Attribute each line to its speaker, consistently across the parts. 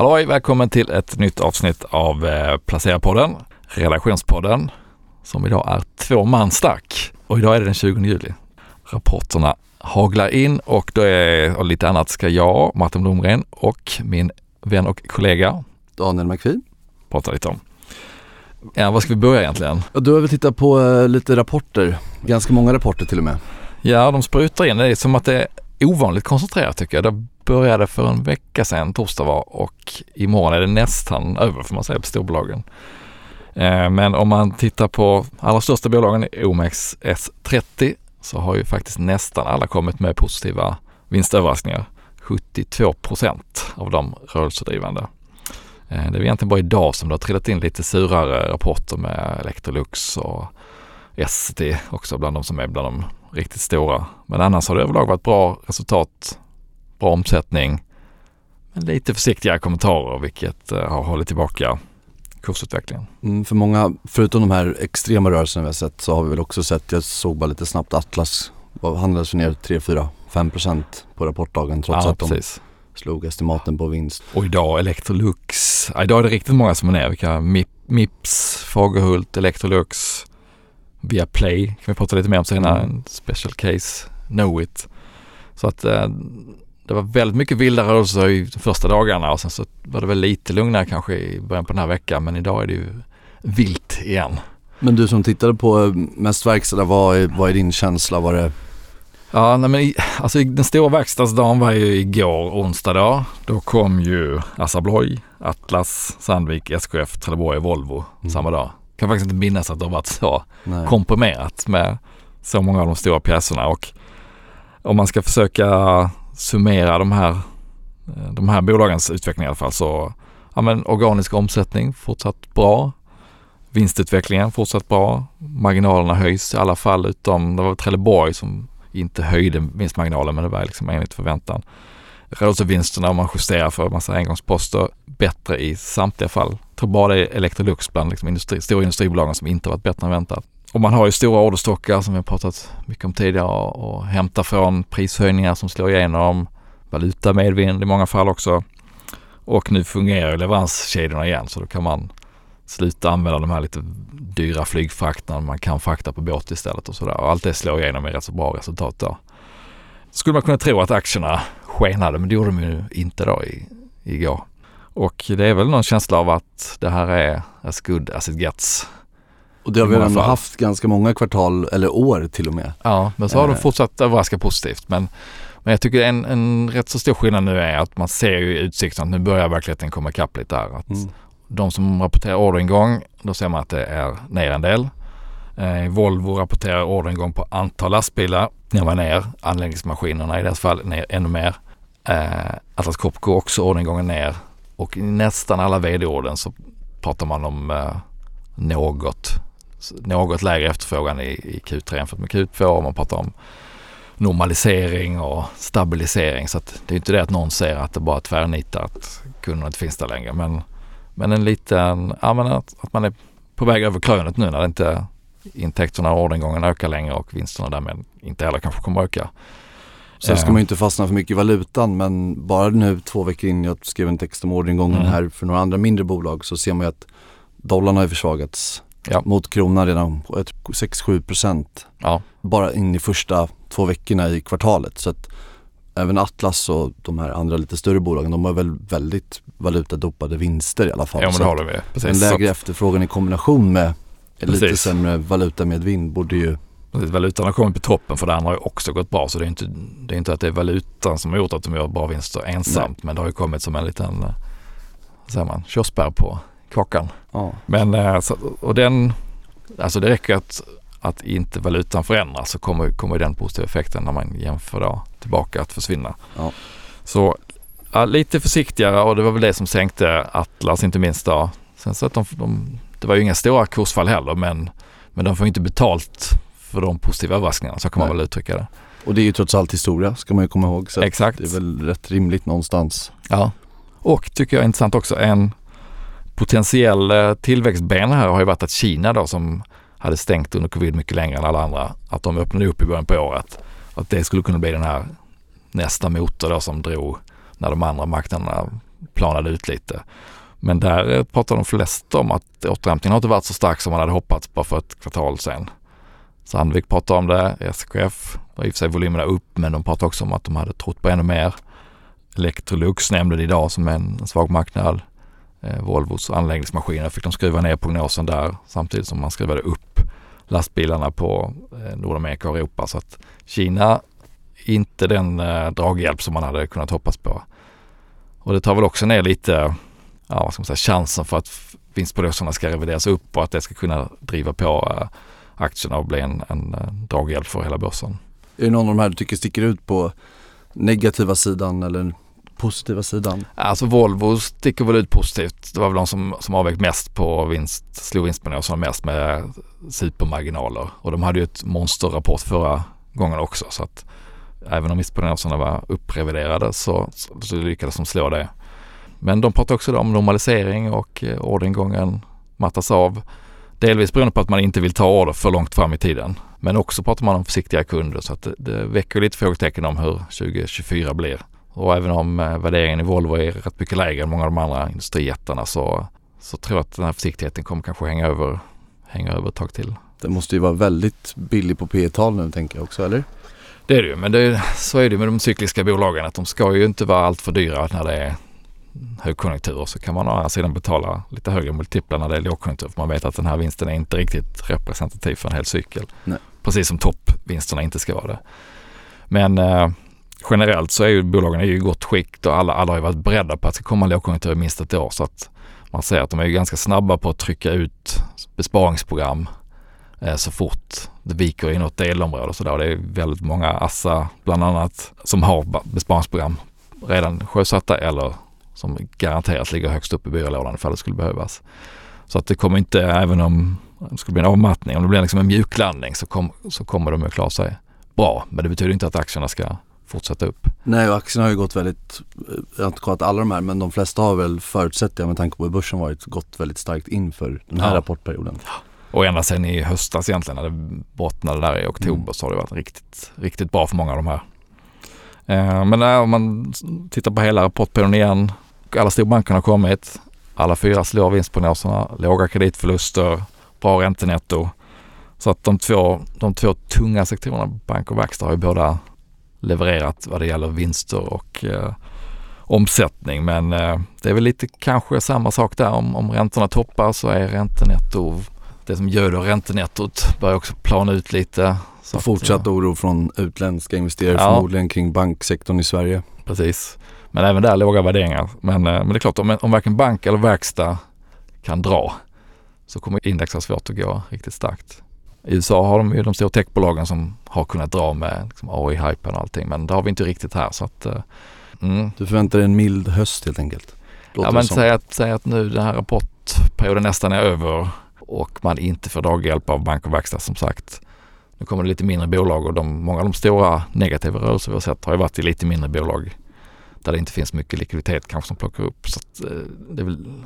Speaker 1: Halloj, välkommen till ett nytt avsnitt av Placerarpodden, Relationspodden, som idag är 2 man stark. Och idag är det den 20 juli. Rapporterna haglar in och då är och lite annat ska jag, Martin Blomgren och min vän och kollega
Speaker 2: Daniel McPhee
Speaker 1: prata lite om. Ja, vad ska vi börja egentligen?
Speaker 2: Du har väl tittat på lite rapporter, ganska många rapporter till och med.
Speaker 1: Ja, de sprutar in. Det är som att det är ovanligt koncentrerat tycker jag. Det började för en vecka sedan, torsdag var, och imorgon är det nästan över får man säga på storbolagen. Men om man tittar på allra största bolagen i OMX S30 så har ju faktiskt nästan alla kommit med positiva vinstöverraskningar. 72% av de rörelsedrivande. Det är egentligen bara idag som det har trillat in lite surare rapporter med Electrolux och ST också bland de som är bland de riktigt stora. Men annars har det överlag varit bra resultat, bra omsättning, men lite försiktiga kommentarer vilket har hållit tillbaka kursutvecklingen.
Speaker 2: För många, förutom de här extrema rörelserna vi har sett, så har vi väl också sett, jag såg bara lite snabbt, Atlas handlades för ner 3-4-5% på rapportdagen trots att
Speaker 1: precis.
Speaker 2: De slog estimaten på vinst.
Speaker 1: Och idag Electrolux, idag är det riktigt många som är ner. Vilka Mips, Fagerhult, Electrolux, Viaplay kan vi prata lite mer om senare, en special case, Knowit. Så att det var väldigt mycket vilda rörelser i de första dagarna och sen så var det väl lite lugnare kanske i början på den här veckan, men idag är det ju vilt igen.
Speaker 2: Men du som tittade på mest verkstäder, vad är din känsla? Var det...
Speaker 1: Ja, nej men alltså den stora verkstadsdagen var ju igår onsdag dag. Då kom ju Assa Abloy, Atlas, Sandvik, SKF, Trelleborg och Volvo samma dag. Kan faktiskt inte minnas att det har varit så komprimerat med så många av de stora pjäserna, och om man ska försöka summera de här bolagens utveckling i alla fall, så ja, men organisk omsättning fortsatt bra, vinstutvecklingen fortsatt bra, marginalerna höjs i alla fall, utom det var Trelleborg som inte höjde vinstmarginalen, men det var liksom enligt förväntan. Rörelsevinsterna, om man justerar för en massa engångsposter, bättre i samtliga fall. Jag tror bara det är Electrolux bland liksom stora industribolagen som inte varit bättre än väntat. Och man har ju stora orderstockar som vi har pratat mycket om tidigare och hämtar från prishöjningar som slår igenom, valutamedvind i många fall också. Och nu fungerar leveranskedjorna igen, så då kan man sluta använda de här lite dyra flygfrakterna. Man kan frakta på båt istället och sådär. Och allt det slår igenom med rätt så bra resultat då. Skulle man kunna tro att aktierna skenade, men det gjorde de ju inte då igår. Och det är väl någon känsla av att det här är as good as it gets.
Speaker 2: Och det har vi ändå haft ganska många kvartal eller år till och med.
Speaker 1: Ja, men så har de fortsatt överraska positivt. Men jag tycker en rätt så stor skillnad nu är att man ser ju i utsikten att nu börjar verkligheten komma ikapp lite där. Att de som rapporterar orderingång, då ser man att det är ner en del. Volvo rapporterar orderingång på antal lastbilar. När man ner, anläggningsmaskinerna i deras fall ner ännu mer. Atlas Copco också orderingången ner. Och i nästan alla vd-orden så pratar man om något lägre efterfrågan i Q3 jämfört med Q2, och man pratar om normalisering och stabilisering, så att det är inte det att någon ser att det bara tvärnitar att kunderna inte finns där längre, men en liten, ja, men att man är på väg över krönet nu när det inte intäkterna och orderingången ökar längre och vinsterna därmed inte heller kanske kommer öka.
Speaker 2: Sen ska man ju inte fastna för mycket i valutan, men bara nu 2 veckor in, jag skrev en text om orderingången här för några andra mindre bolag, så ser man ju att dollarn har försvagats mot kronan redan på 6-7%. Ja. Bara in i första 2 veckorna i kvartalet. Så att även Atlas och de här andra lite större bolagen, de har väl väldigt valutadopade vinster i alla fall.
Speaker 1: Ja, men det håller vi. Precis.
Speaker 2: En lägre efterfrågan i kombination med lite sämre valuta med vind borde ju...
Speaker 1: Valutan har kommit på toppen, för det andra har ju också gått bra, så det är inte att det är valutan som har gjort att de gör bra vinster ensamt. Nej. Men det har ju kommit som en liten körsbär på kakan. Ja. Men och den, alltså det räcker att inte valutan förändras, så kommer den positiva effekten när man jämför då tillbaka att försvinna. Ja. Så lite försiktigare, och det var väl det som sänkte Atlas inte minst då. Sen så att det var ju inga stora kursfall heller, men de får inte betalt för de positiva överraskningarna, så kan man väl uttrycka det.
Speaker 2: Och det är ju trots allt historia, ska man ju komma ihåg. Så
Speaker 1: exakt.
Speaker 2: Det är väl rätt rimligt någonstans.
Speaker 1: Ja, och tycker jag är intressant också, en potentiell tillväxtben här har ju varit att Kina då, som hade stängt under covid mycket längre än alla andra, att de öppnade upp i början på året. Att det skulle kunna bli den här nästa motor då som drog när de andra marknaderna planade ut lite. Men där pratar de flesta om att återhämtningen har inte varit så stark som man hade hoppats bara för ett kvartal sedan. Sandvik pratar om det, SKF var i och för sig volymerna upp, men de pratar också om att de hade trott på ännu mer. Electrolux nämnde det idag som en svag marknad. Volvos anläggningsmaskiner fick de skruva ner prognosen där samtidigt som man skruvade upp lastbilarna på Nordamerika och Europa. Så att Kina inte den draghjälp som man hade kunnat hoppas på. Och det tar väl också ner lite chansen för att vinstprognoserna ska revideras upp och att det ska kunna driva på aktierna och bli en draghjälp för hela börsen.
Speaker 2: Är det någon av de här du tycker sticker ut på negativa sidan eller positiva sidan?
Speaker 1: Alltså Volvo sticker väl ut positivt. Det var väl de som avvägt mest på slog vinstprognoserna mest med supermarginaler. Och de hade ju ett monsterrapport förra gången också, så att även om vinstprognoserna var uppreviderade så lyckades de slå det. Men de pratar också om normalisering och orderingången mattas av. Delvis beroende på att man inte vill ta order för långt fram i tiden. Men också pratar man om försiktiga kunder, så att det väcker lite frågetecken om hur 2024 blir. Och även om värderingen i Volvo är rätt mycket lägre än många av de andra industrijättarna så tror jag att den här försiktigheten kommer kanske hänga över ett tag till.
Speaker 2: Det måste ju vara väldigt billigt på P-tal nu, tänker jag också, eller?
Speaker 1: Det är det ju, men så är det med de cykliska bolagen, att de ska ju inte vara allt för dyra när det är högkonjunktur, så kan man å andra sidan betala lite högre multiplar när det är lågkonjunktur, för man vet att den här vinsten är inte riktigt representativ för en hel cykel.
Speaker 2: Nej.
Speaker 1: Precis som toppvinsterna inte ska vara det. Men generellt så är ju bolagen i gott skick och alla har ju varit beredda på att det ska komma lågkonjunktur i minst ett år, så att man ser att de är ju ganska snabba på att trycka ut besparingsprogram så fort det viker i något delområde och sådär. Det är väldigt många Assa bland annat som har besparingsprogram redan sjösatta eller som garanterat ligger högst upp i byrålådan ifall det skulle behövas. Så att det kommer inte, även om det skulle bli en avmattning, om det blir liksom en mjuklandning så kommer de att klara sig bra. Men det betyder inte att aktierna ska fortsätta upp.
Speaker 2: Nej, och aktierna har ju gått väldigt, jag har inte kollat alla de här, men de flesta har väl förutsättningar med tanke på hur börsen gått väldigt starkt inför den här rapportperioden.
Speaker 1: Och ända sedan i höstas egentligen, när det bottnade där i oktober, så har det varit riktigt, riktigt bra för många av de här. Men om man tittar på hela rapportperioden igen, alla storbankerna har kommit, alla 4 slår vinstprognoserna, låga kreditförluster, bra räntenetto. Så att de två tunga sektorerna, bank och verkstad, har ju båda levererat vad det gäller vinster och omsättning. Men det är väl lite kanske samma sak där. Om räntorna toppar så är räntenetto, det som göder räntenettot börjar också plana ut lite. Så
Speaker 2: fortsatt oro från utländska investerare förmodligen kring banksektorn i Sverige.
Speaker 1: Precis. Men även där låga värderingar. Men det är klart, om varken bank eller verkstad kan dra så kommer index ha svårt att gå riktigt starkt. I USA har de ju de stora techbolagen som har kunnat dra med liksom AI-hypen och allting, men det har vi inte riktigt här. Så att,
Speaker 2: Du förväntar dig en mild höst helt enkelt?
Speaker 1: Säg att nu den här rapportperioden nästan är över och man inte får draghjälp av bank och verkstad som sagt. Nu kommer det lite mindre bolag och många av de stora negativa rörelser vi har sett har ju varit i lite mindre bolag där det inte finns mycket likviditet kanske som plockar upp. Så att, det är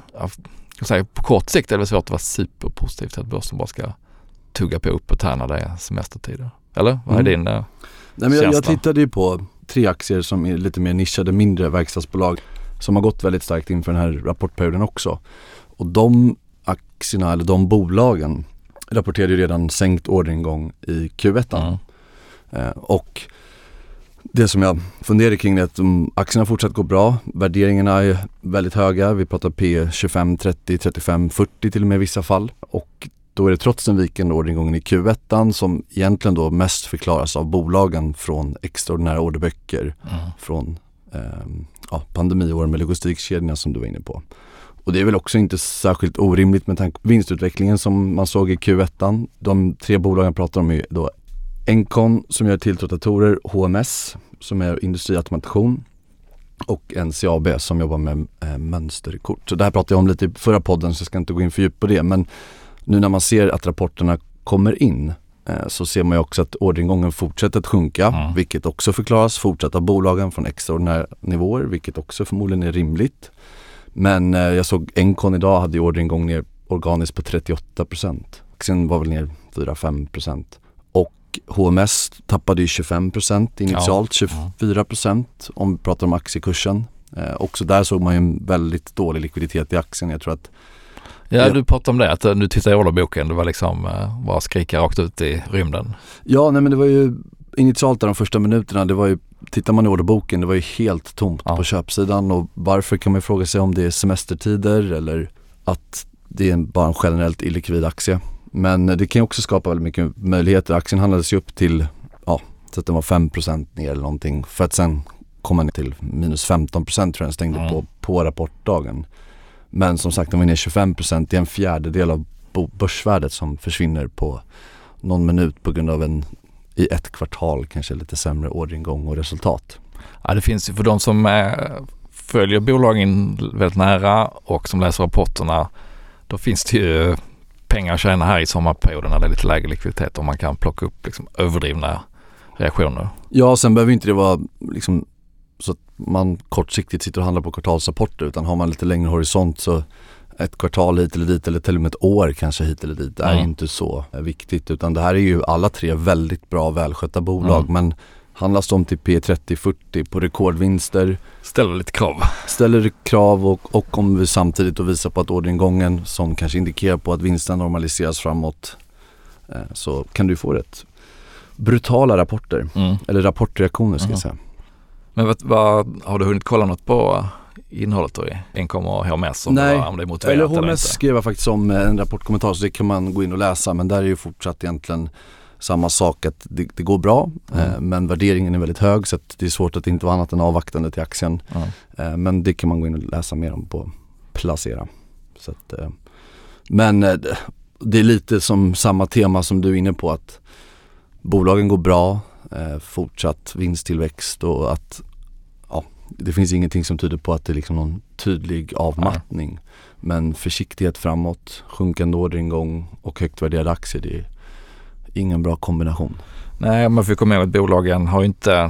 Speaker 1: väl, på kort sikt är det svårt att vara superpositivt till att börsen bara ska tugga på uppåt här när det är semestertider. Eller? Vad är din
Speaker 2: Nej, men jag tittade ju på 3 aktier som är lite mer nischade, mindre verkstadsbolag som har gått väldigt starkt inför den här rapportperioden också. Och de aktierna, eller de bolagen, rapporterade ju redan sänkt orderingång i Q1. Och det som jag funderar kring är att aktierna fortsatt går bra. Värderingarna är väldigt höga. Vi pratar P 25, 30, 35, 40 till och med i vissa fall. Och då är det trots den vikande orderingången i Q1 som egentligen då mest förklaras av bolagen från extraordinära orderböcker från pandemiåren med logistikkedjorna som du var inne på. Och det är väl också inte särskilt orimligt med tanke på vinstutvecklingen som man såg i Q1. De 3 bolagen pratar om är då Encon som gör tilltrotatorer, HMS som är industriautomation och NCAB som jobbar med mönsterkort. Så det här pratade jag om lite i förra podden så jag ska inte gå in för djupt på det. Men nu när man ser att rapporterna kommer in så ser man ju också att orderingången fortsätter att sjunka, vilket också förklaras fortsatt av bolagen från extraordinära nivåer, vilket också förmodligen är rimligt. Men jag såg Encon idag hade orderingång ner organiskt på 38%. Aktien var väl ner 4-5%. Och HMS tappade ju 25% initialt, 24% om vi pratar om aktiekursen. Också där såg man ju en väldigt dålig likviditet i aktien. Jag tror att
Speaker 1: du pratade om det, att du tittade i orderboken, det var liksom bara skrika rakt ut i rymden.
Speaker 2: Ja, nej men det var ju initialt där de första minuterna, det var ju, tittar man i orderboken, det var ju helt tomt på köpsidan, och varför kan man fråga sig om det är semestertider eller att det är bara en generellt illikvid aktie. Men det kan ju också skapa väldigt mycket möjligheter. Aktien handlades ju upp till, så att den var 5% ner eller någonting, för att sen komma ner till minus 15% tror jag den stängde på rapportdagen. Men som sagt, den var ner 25%, det är en fjärdedel av börsvärdet som försvinner på någon minut på grund av i ett kvartal kanske lite sämre orderingång och resultat.
Speaker 1: Ja, det finns ju för de som följer bolagen väldigt nära och som läser rapporterna, då finns det ju pengar att tjäna här i sommarperioden när det är lite lägre likviditet och man kan plocka upp liksom överdrivna reaktioner. Ja,
Speaker 2: sen behöver inte det vara liksom så att man kortsiktigt sitter och handlar på kvartalsrapporter, utan har man lite längre horisont så ett kvartal hit eller dit eller till och med ett år kanske hit eller dit är inte så viktigt, utan det här är ju alla tre väldigt bra välskötta bolag, men handlas de till P30-40 på rekordvinster.
Speaker 1: Ställer
Speaker 2: krav och om vi samtidigt och visar på att orderingången som kanske indikerar på att vinsten normaliseras framåt, så kan du få rätt brutala rapporter eller rapportreaktioner ska jag säga.
Speaker 1: Men vad har du hunnit kolla något på innehållet då i Encom och HMS? Om det är motiverat
Speaker 2: eller HMS skrev jag faktiskt om en rapportkommentar, så det kan man gå in och läsa, men där är ju fortsatt egentligen samma sak, att det går bra, men värderingen är väldigt hög, så att det är svårt att inte vara annat än avvaktande till aktien. Men det kan man gå in och läsa mer om på Placera. Så att, men det är lite som samma tema som du är inne på, att bolagen går bra, fortsatt vinsttillväxt, och att det finns ingenting som tyder på att det är liksom någon tydlig avmattning. Men försiktighet framåt, sjunkande orderingång och högt värderade aktier, det är ingen bra kombination.
Speaker 1: Nej, man får komma ihåg att bolagen har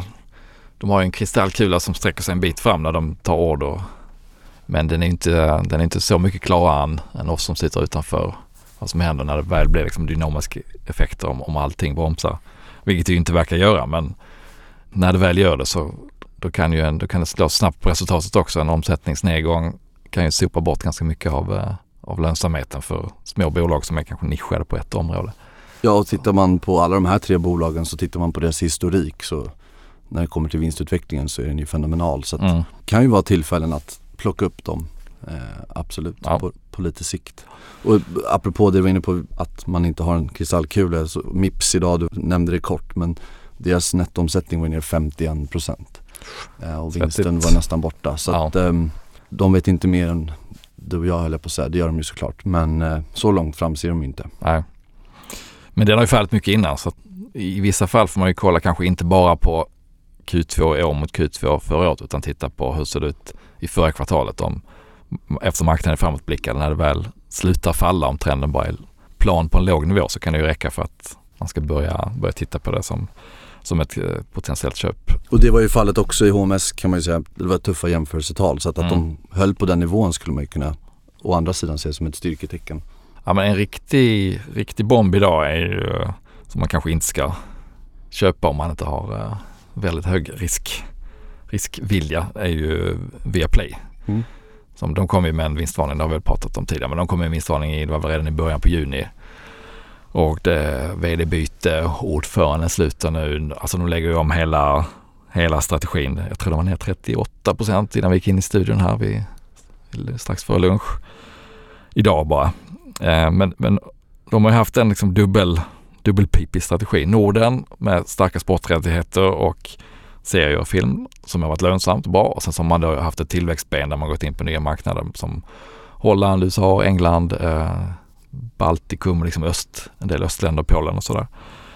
Speaker 1: de har ju en kristallkula som sträcker sig en bit fram när de tar order. Men den är inte så mycket klarare än oss som sitter utanför vad som händer när det väl blir liksom dynamiska effekter om allting bromsar. Vilket det ju inte verkar göra, men när det väl gör det så då kan det slå snabbt på resultatet också. En omsättningsnedgång kan ju sopa bort ganska mycket av lönsamheten för små bolag som är kanske nischade på ett område.
Speaker 2: Ja, och tittar man på alla de här tre bolagen, så tittar man på deras historik, så när det kommer till vinstutvecklingen så är den ju fenomenal. Så det kan ju vara tillfällen att plocka upp dem, absolut, på lite sikt. Och apropå det vi var inne på, att man inte har en kristallkula, så Mips idag, du nämnde det kort, men deras nettoomsättning var ner 51%. Och vinsten var nästan borta. Så att de vet inte mer än du och jag, höll på att säga. Det gör de ju såklart. Men så långt fram ser de inte.
Speaker 1: Nej. Men det har ju fallit mycket innan. Så att i vissa fall får man ju kolla kanske inte bara på Q2 i år mot Q2 förra året, utan titta på hur ser det ut i förra kvartalet. Efter marknaden är framåtblickad, när det väl slutar falla, om trenden bara är plan på en låg nivå, så kan det ju räcka för att man ska börja titta på det som ett potentiellt köp.
Speaker 2: Och det var ju fallet också i HMS, kan man ju säga. Det var tuffa jämförelsetal, så att de höll på den nivån skulle man ju kunna å andra sidan se som ett styrketecken.
Speaker 1: Ja, men en riktig bomb idag är ju, som man kanske inte ska köpa om man inte har väldigt hög riskvilja, är ju Viaplay. Som de kom ju med en vinstvarning, det har vi väl pratat om tidigare, men de kom med en vinstvarning det var redan i början på juni. Och det vd-byte, ordföranden slutar nu. Alltså de lägger ju om hela strategin. Jag tror de var ner 38% innan vi gick in i studion här strax före lunch. Idag bara. Men de har ju haft en liksom dubbelpipig strategi. Norden med starka sporträttigheter och serier och film som har varit lönsamt och bra. Och sen så har man då haft ett tillväxtben där man gått in på nya marknader som Holland, USA, England, Baltikum, liksom en del östländer, Polen och sådär.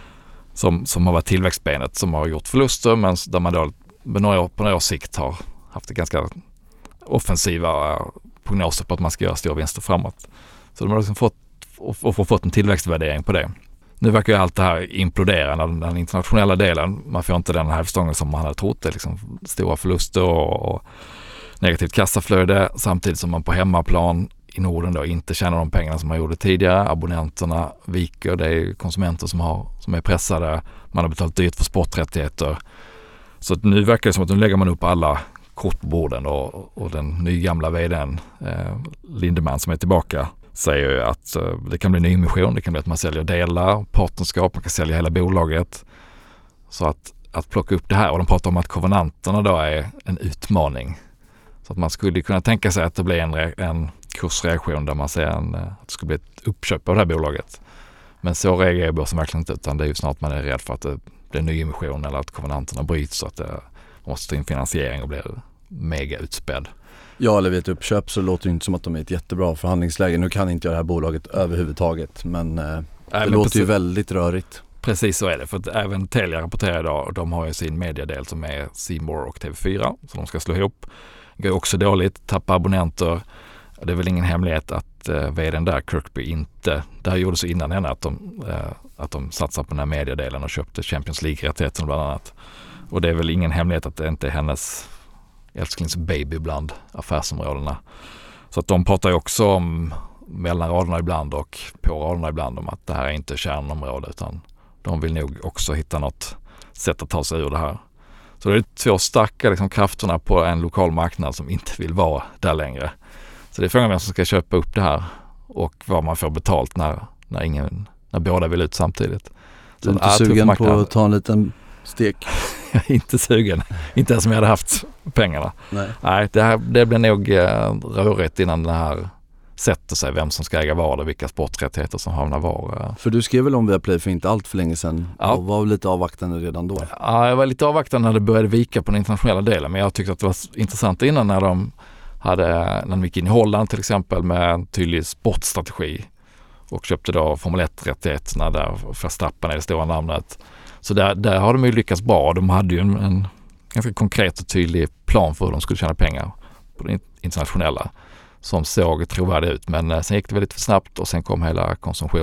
Speaker 1: Som har varit tillväxtbenet, som har gjort förluster, men där man då på några års sikt har haft ganska offensiva prognoser på att man ska göra stora vinster framåt. Så de har liksom fått en tillväxtvärdering på det. Nu verkar ju allt det här implodera, den internationella delen. Man får inte den här hävstången som man hade trott. Det är liksom stora förluster och negativt kassaflöde, samtidigt som man på hemmaplan i Norden då inte tjänar de pengarna som man gjorde tidigare. Abonnenterna viker, det är konsumenter som är pressade. Man har betalat dyrt för sporträttigheter. Så nu verkar det som att nu lägger man upp alla kort på borden och den nygamla vdn Lindemann som är tillbaka säger ju att det kan bli nyemission, det kan bli att man säljer delar, partnerskap, man kan sälja hela bolaget. Så att plocka upp det här, och de pratar om att kovenanterna då är en utmaning. Så att man skulle kunna tänka sig att det blir en kursreaktion där man ser att det skulle bli ett uppköp av det här bolaget. Men så reagerar börsen verkligen inte, utan det är ju snart man är rädd för att det blir nyemission eller att kovenanterna bryts så att det måste ta in finansiering och blir mega utspädd.
Speaker 2: Ja, eller vid ett uppköp så låter det inte som att de är ett jättebra förhandlingsläge. Nu kan inte jag det här bolaget överhuvudtaget, men det låter ju väldigt rörigt.
Speaker 1: Precis så är det, för att även Telia rapporterar idag, och de har ju sin mediadel som är C More och TV4, så de ska slå ihop. Det går också dåligt, tappar abonnenter. Det är väl ingen hemlighet att vdn där, Kirkby, inte, det här gjordes innan henne att de satsar på den här mediadelen och köpte Champions League-rättigheten bland annat. Och det är väl ingen hemlighet att det inte är hennes älsklingsbaby bland affärsområdena. Så att de pratar ju också om mellan raderna ibland och på raderna ibland om att det här är inte kärnområde, utan de vill nog också hitta något sätt att ta sig ur det här. Så det är två starka krafterna på en lokal marknad som inte vill vara där längre. Så det är frågan vem som ska köpa upp det här och vad man får betalt när båda vill ut samtidigt.
Speaker 2: Du är inte sugen på att ta en liten stek?
Speaker 1: Jag är inte sugen. Inte ens om jag hade haft pengarna. Nej, det blir nog rörigt innan det här sätter sig, vem som ska äga vad och vilka sporträttigheter som hamnar var.
Speaker 2: För du skrev väl om Viaplay för inte allt för länge sedan och var lite avvaktande redan då?
Speaker 1: Ja, jag var lite avvaktande när det började vika på den internationella delen, men jag tyckte att det var intressant innan när de gick in i Holland till exempel med en tydlig sportstrategi och köpte då Formel 1-rättigheterna där Verstappen är det stora namnet. Så där har de ju lyckats bra. De hade ju en ganska konkret och tydlig plan för hur de skulle tjäna pengar på det internationella som såg trovärdig ut. Men sen gick det väldigt för snabbt och sen kom hela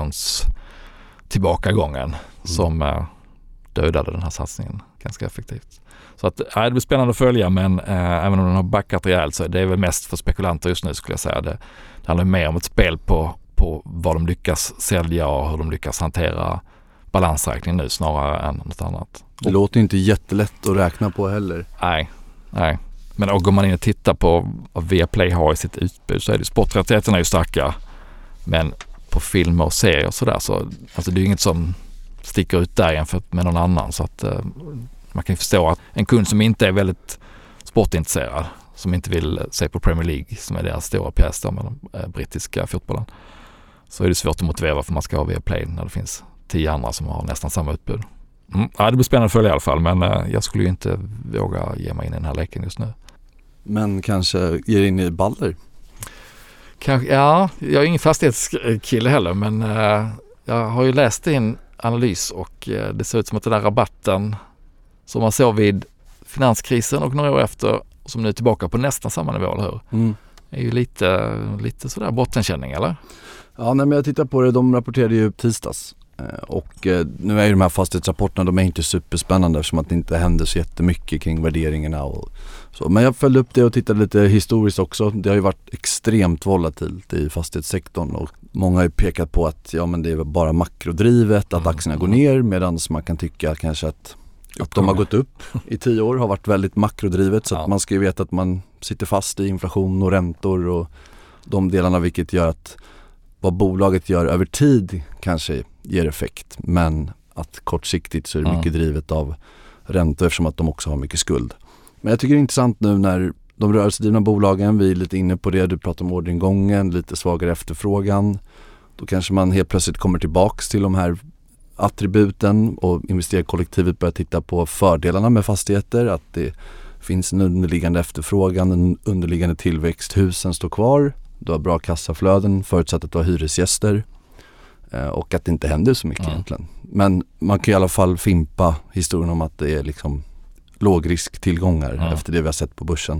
Speaker 1: konsumtionstillbakagången som dödade den här satsningen ganska effektivt. Så att, det blir spännande att följa, men även om den har backat rejält så är det väl mest för spekulanter just nu, skulle jag säga. Det handlar mer om ett spel på vad de lyckas sälja och hur de lyckas hantera balansräkningen nu snarare än något annat.
Speaker 2: Det låter inte jättelätt att räkna på heller.
Speaker 1: Nej. Men går man in och tittar på vad Viaplay har i sitt utbud så är det sporträttigheterna är ju starka, men på filmer och serier och sådär så alltså det är ju inget som sticker ut där jämfört med någon annan, så att man kan ju förstå att en kund som inte är väldigt sportintresserad, som inte vill se på Premier League som är deras stora pjäs med den brittiska fotbollen, så är det svårt att motivera varför man ska ha Viaplay när det finns 10 andra som har nästan samma utbud. Ja, det blir spännande att följa i alla fall, men jag skulle ju inte våga ge mig in i den här leken just nu.
Speaker 2: Men kanske ge in i Balder?
Speaker 1: Kanske, ja, jag är ingen fastighetskille heller, men jag har ju läst din analys och det ser ut som att den där rabatten som man såg vid finanskrisen och några år efter, som nu är tillbaka på nästan samma nivå, eller hur? Är ju lite sådär bottenkänning, eller?
Speaker 2: Ja, men jag tittar på det, de rapporterade ju tisdags. Och nu är ju de här fastighetsrapporterna, de är inte superspännande eftersom att det inte händer så jättemycket kring värderingarna och så. Men jag följde upp det och tittade lite historiskt också. Det har ju varit extremt volatilt i fastighetssektorn och många har ju pekat på att men det är bara makrodrivet, att aktierna går ner, medan man kan tycka kanske att de har gått upp i 10 år har varit väldigt makrodrivet, så att man ska ju veta att man sitter fast i inflation och räntor och de delarna, vilket gör att vad bolaget gör över tid kanske ger effekt, men att kortsiktigt så är det mycket drivet av räntor eftersom att de också har mycket skuld. Men jag tycker det är intressant nu när de rörelsedrivna bolagen, vi är lite inne på det, du pratar om orderingången, lite svagare efterfrågan, då kanske man helt plötsligt kommer tillbaks till de här attributen och investerarkollektivet börjar titta på fördelarna med fastigheter, att det finns en underliggande efterfrågan, en underliggande tillväxt, husen står kvar, du har bra kassaflöden förutsatt att du har hyresgäster och att det inte händer så mycket egentligen. Men man kan i alla fall fimpa historien om att det är liksom lågrisktillgångar efter det vi har sett på börsen.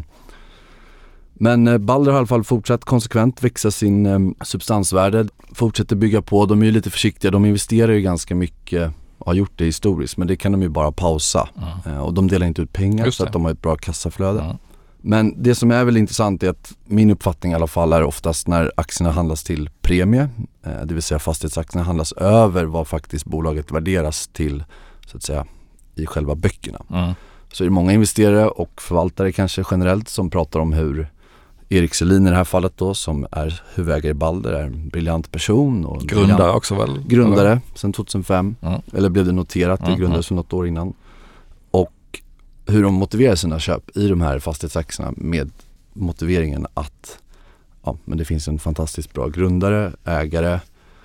Speaker 2: Men Balder har i alla fall fortsatt konsekvent växa sin substansvärde, fortsätter bygga på, de är ju lite försiktiga, de investerar ju ganska mycket, har gjort det historiskt, men det kan de ju bara pausa och de delar inte ut pengar så att de har ett bra kassaflöde. Men det som är väl intressant är att min uppfattning i alla fall är oftast när aktierna handlas till premie, det vill säga fastighetsaktierna handlas över vad faktiskt bolaget värderas till så att säga i själva böckerna. så är det många investerare och förvaltare kanske generellt som pratar om hur Erik Selin i det här fallet då, som är huvudägare i Balder, är en briljant person. Och
Speaker 1: grundare också väl?
Speaker 2: Grundare sedan 2005. Eller blev det noterat, det grundades för något år innan. Och hur de motiverar sina köp i de här fastighetsaktierna med motiveringen att men det finns en fantastiskt bra grundare, ägare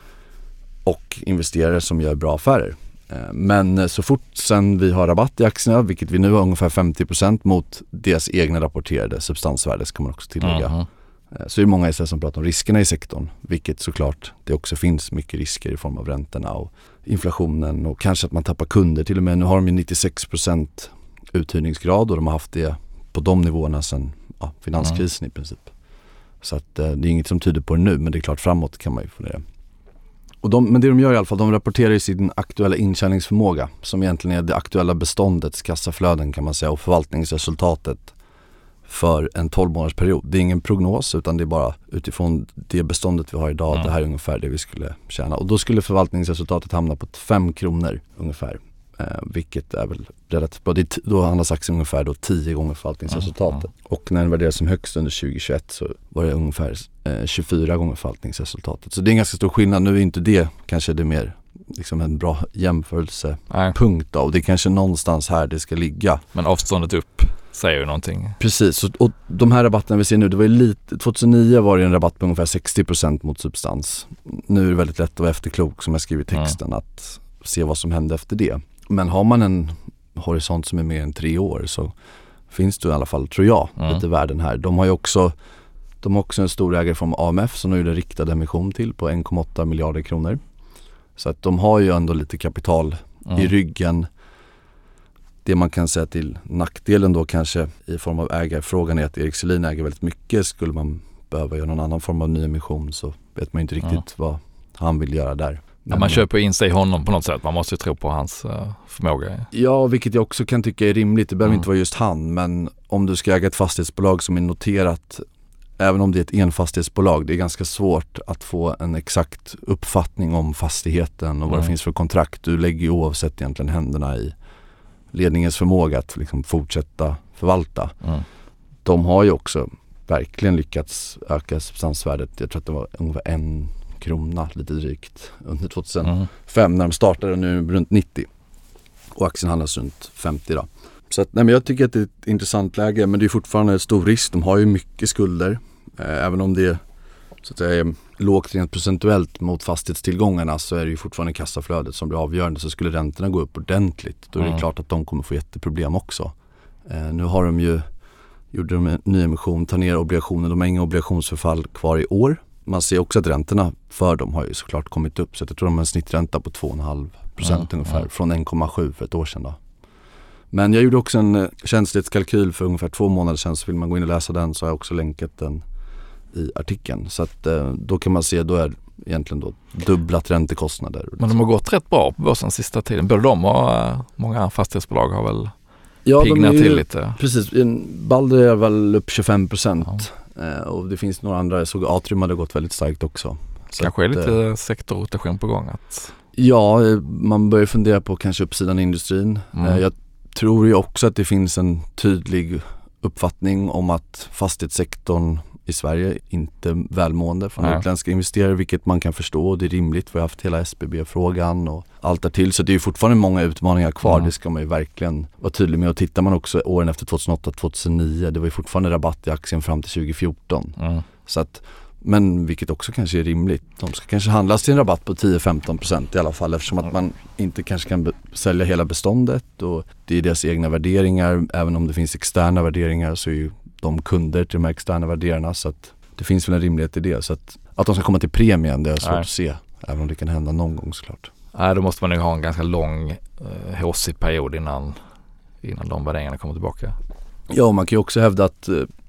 Speaker 2: och investerare som gör bra affärer. Men så fort sen vi har rabatt i aktierna, vilket vi nu har ungefär 50% mot deras egna rapporterade substansvärde, ska man också tillägga. Så är det många som pratar om riskerna i sektorn, vilket såklart det också finns mycket risker i form av räntorna och inflationen och kanske att man tappar kunder. Till och med nu har de ju 96% uthyrningsgrad och de har haft det på de nivåerna sedan finanskrisen i princip. Så att det är inget som tyder på det nu, men det är klart framåt kan man ju få det. Men det de gör i alla fall, de rapporterar i sin aktuella intjäningsförmåga som egentligen är det aktuella beståndets kassaflöden kan man säga och förvaltningsresultatet för en 12-månadersperiod. Det är ingen prognos utan det är bara utifrån det beståndet vi har idag, det här är ungefär det vi skulle tjäna. Och då skulle förvaltningsresultatet hamna på 5 kronor ungefär, vilket är väl relativt bra. Då handlas aktien ungefär då 10 gånger förvaltningsresultatet. Och när den värderas som högst under 2021 så var det ungefär 24 gånger förvaltningsresultatet. Så det är en ganska stor skillnad. Nu är inte det kanske det mer liksom en bra jämförelsepunkt då. Och det är kanske någonstans här det ska ligga.
Speaker 1: Men avståndet upp säger ju någonting.
Speaker 2: Precis, och de här rabatterna vi ser nu, det var ju lite, 2009 var det en rabatt på ungefär 60% mot substans. Nu är det väldigt lätt att vara efterklok som jag skriver i texten att se vad som hände efter det. Men har man en horisont som är mer än 3 år så finns det i alla fall, tror jag, lite värden här. De har också en stor ägare från AMF som de gjorde en riktad emission till på 1,8 miljarder kronor. Så att de har ju ändå lite kapital i ryggen. Det man kan säga till nackdelen då kanske i form av ägarfrågan är att Erik Selin äger väldigt mycket. Skulle man behöva göra någon annan form av ny emission så vet man inte riktigt vad han vill göra där.
Speaker 1: Men man köper in sig i honom på något sätt. Man måste ju tro på hans förmåga.
Speaker 2: Ja, vilket jag också kan tycka är rimligt. Det behöver inte vara just han. Men om du ska äga ett fastighetsbolag som är noterat, även om det är ett enfastighetsbolag, det är ganska svårt att få en exakt uppfattning om fastigheten och vad det finns för kontrakt. Du lägger ju oavsett egentligen händerna i ledningens förmåga att liksom fortsätta förvalta. De har ju också verkligen lyckats öka substansvärdet. Jag tror att det var ungefär 1 krona lite drygt under 2005 när de startade, nu runt 90 och aktien handlas runt 50 då. Så att, men jag tycker att det är ett intressant läge, men det är fortfarande en stor risk. De har ju mycket skulder, även om det så att säga är lågt rent procentuellt mot fastighetstillgångarna, så är det ju fortfarande kassaflödet som blir avgörande. Så skulle räntorna gå upp ordentligt, då är det klart att de kommer få jätteproblem också. Nu har gjorde de en ny emission, tar ner obligationer, de har inga obligationsförfall kvar i år. Man ser också att räntorna för dem har ju såklart kommit upp, så att jag tror de har en snittränta på 2,5% ungefär från 1,7 för ett år sedan då. Men jag gjorde också en känslighetskalkyl för ungefär 2 månader sedan, så vill man gå in och läsa den så har jag också länkat den i artikeln. Så att då kan man se, då är egentligen då dubblat räntekostnader.
Speaker 1: Men de har gått rätt bra på börsen sista tiden. Både de och många fastighetsbolag har väl pignat till lite.
Speaker 2: Precis, Balder är väl upp 25%. Och det finns några andra, jag såg Atrium hade gått väldigt starkt också. Så
Speaker 1: kanske är lite sektorrotation på gång.
Speaker 2: Ja, man börjar fundera på kanske uppsidan i industrin. Jag tror ju också att det finns en tydlig uppfattning om att fastighetssektorn i Sverige inte är välmående från utländska investerare, vilket man kan förstå och det är rimligt. Vi har haft hela SBB-frågan och allt därtill, så det är ju fortfarande många utmaningar kvar. Det ska man ju verkligen vara tydlig med. Och tittar man också åren efter 2008-2009, det var ju fortfarande rabatt i aktien fram till 2014. Så att, men vilket också kanske är rimligt. De ska kanske handlas till en rabatt på 10-15% i alla fall, eftersom att man inte kanske kan sälja hela beståndet och det är deras egna värderingar. Även om det finns externa värderingar så är ju de kunder till de här externa värderarna, så att det finns väl en rimlighet i det. Så att de ska komma till premien, det är svårt att se, även om det kan hända någon gång såklart.
Speaker 1: Nej, då måste man ju ha en ganska lång HC-period innan de värderingarna kommer tillbaka.
Speaker 2: Ja, man kan ju också hävda att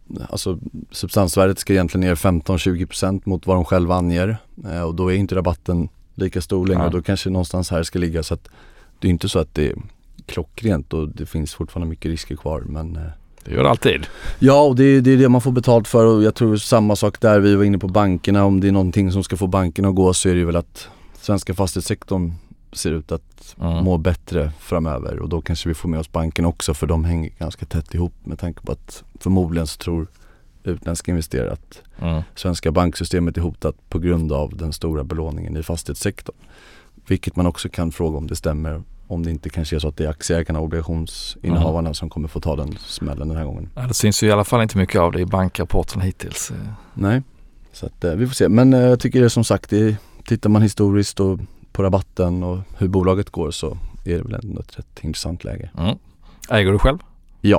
Speaker 2: substansvärdet ska egentligen ner 15-20% mot vad de själva anger, och då är inte rabatten lika stor längre, och då kanske någonstans här ska ligga, så att det är inte så att det är klockrent och det finns fortfarande mycket risker kvar, men
Speaker 1: det gör det alltid.
Speaker 2: Ja, och det är det man får betalt för, och jag tror samma sak där. Vi var inne på bankerna, om det är någonting som ska få bankerna att gå så är det väl att svenska fastighetssektorn ser ut att må bättre framöver, och då kanske vi får med oss banken också, för de hänger ganska tätt ihop med tanke på att förmodligen så tror utländska investerare att svenska banksystemet är hotat på grund av den stora belåningen i fastighetssektorn. Vilket man också kan fråga om det stämmer, om det inte kanske är så att det är aktieägarna och obligationsinnehavarna som kommer få ta den smällen den här gången.
Speaker 1: Ja, det syns ju i alla fall inte mycket av det i bankrapporten hittills.
Speaker 2: Nej, så att, vi får se. Men jag tycker det, som sagt, tittar man historiskt och på rabatten och hur bolaget går, så är det väl ändå ett rätt intressant läge.
Speaker 1: Äger du själv?
Speaker 2: Ja.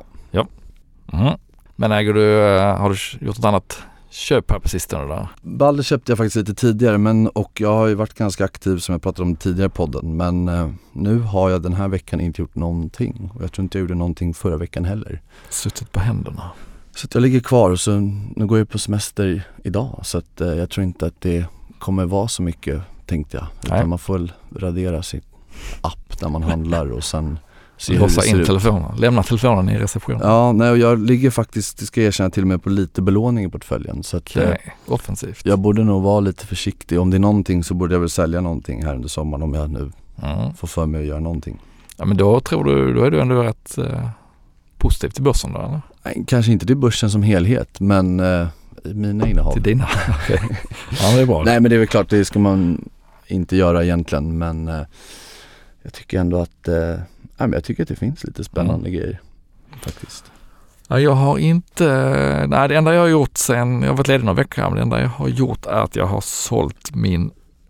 Speaker 1: Men har du gjort något annat köp här på sistone då?
Speaker 2: Balder köpte jag faktiskt lite tidigare, och jag har ju varit ganska aktiv som jag pratade om tidigare i podden. Men nu har jag den här veckan inte gjort någonting. Och jag tror inte jag gjorde någonting förra veckan heller.
Speaker 1: Suttit på händerna.
Speaker 2: Så att jag ligger kvar, och så nu går jag på semester idag. Så att jag tror inte att det kommer vara så mycket, tänkte jag. Utan man får väl radera sin app när man handlar och sen
Speaker 1: låsa in telefonen. Lämna telefonen i receptionen.
Speaker 2: Ja, nej, och jag ligger faktiskt, det ska jag erkänna, till och med på lite belåning i portföljen. Så att,
Speaker 1: offensivt.
Speaker 2: Jag borde nog vara lite försiktig. Om det är någonting så borde jag väl sälja någonting här under sommaren, om jag nu får för mig att göra någonting.
Speaker 1: Ja, men då är du ändå rätt positiv till börsen då, eller?
Speaker 2: Nej, kanske inte till börsen som helhet, men mina innehav.
Speaker 1: Till dina? Okay. Ja, det är bra.
Speaker 2: Nej, men det är väl klart, det ska man inte göra egentligen, men jag tycker ändå att jag tycker att det finns lite spännande grejer faktiskt.
Speaker 1: Ja, jag har inte, det enda jag har gjort sen, jag har varit ledig några veckor, men det enda jag har gjort är att jag har sålt min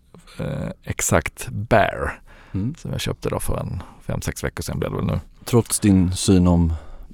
Speaker 1: exakt Bear som jag köpte då för 5-6 veckor sedan blev det väl nu.
Speaker 2: Trots din syn om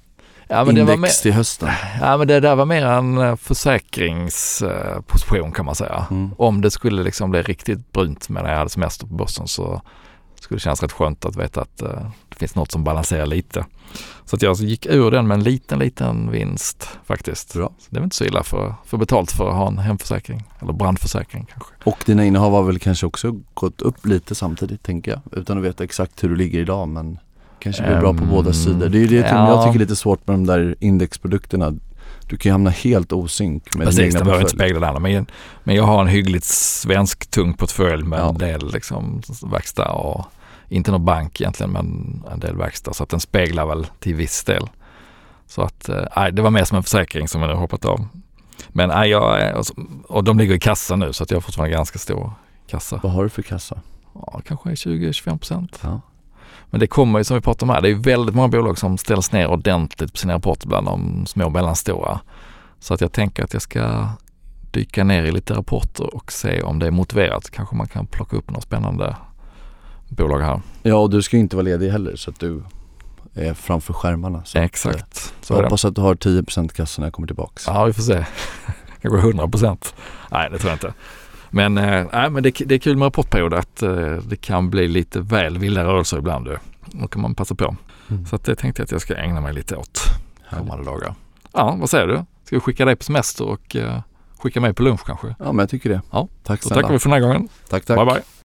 Speaker 2: index till hösten?
Speaker 1: Ja, men det där var mer en försäkringsposition kan man säga. Om det skulle liksom bli riktigt brunt med när jag hade semester på börsen, så skulle det kännas rätt skönt att veta att det finns något som balanserar lite. Så att jag gick ur den med en liten vinst faktiskt. Bra. Så det är inte så illa för betalt för att ha en hemförsäkring eller brandförsäkring kanske.
Speaker 2: Och dina innehav har väl kanske också gått upp lite samtidigt, tänker jag. Utan att veta exakt hur du ligger idag, men kanske blir bra på båda sidor. Det är ju det jag tycker är lite svårt med de där indexprodukterna. Du kan ju hamna helt osynk med
Speaker 1: din egna portfölj. Precis, det behöver inte spegla det. Men jag har en hyggligt svensk tung portfölj med en del liksom verkstad och inte någon bank egentligen, men en del verkstad. Så att den speglar väl till viss del. Så att det var mer som en försäkring som jag har hoppat av. Men och de ligger i kassa nu, så att jag har fortfarande ganska stor kassa.
Speaker 2: Vad har du för kassa?
Speaker 1: Ja, kanske 20-25%. Ja. Men det kommer ju, som vi pratar om här, det är väldigt många bolag som ställs ner ordentligt på sina rapporter, bland de små och mellanstora. Så att jag tänker att jag ska dyka ner i lite rapporter och se om det är motiverat. Kanske man kan plocka upp något spännande bolag här. Ja, och du ska inte vara ledig heller, så att du är framför skärmarna. Så exakt. Så jag hoppas att du har 10% kassa när jag kommer tillbaka. Ja, vi får se. Kanske 100%. Nej, det tror jag inte. Men, men det är kul med rapportperiod att det kan bli lite väl vilda rörelser ibland. Då kan man passa på. Så att det tänkte jag att jag ska ägna mig lite åt kommande dagar. Ja, vad säger du? Ska vi skicka dig på semester och skicka mig på lunch kanske? Ja, men jag tycker det. Ja, tack snälla. Då tackar vi för den här gången. Tack. Bye bye.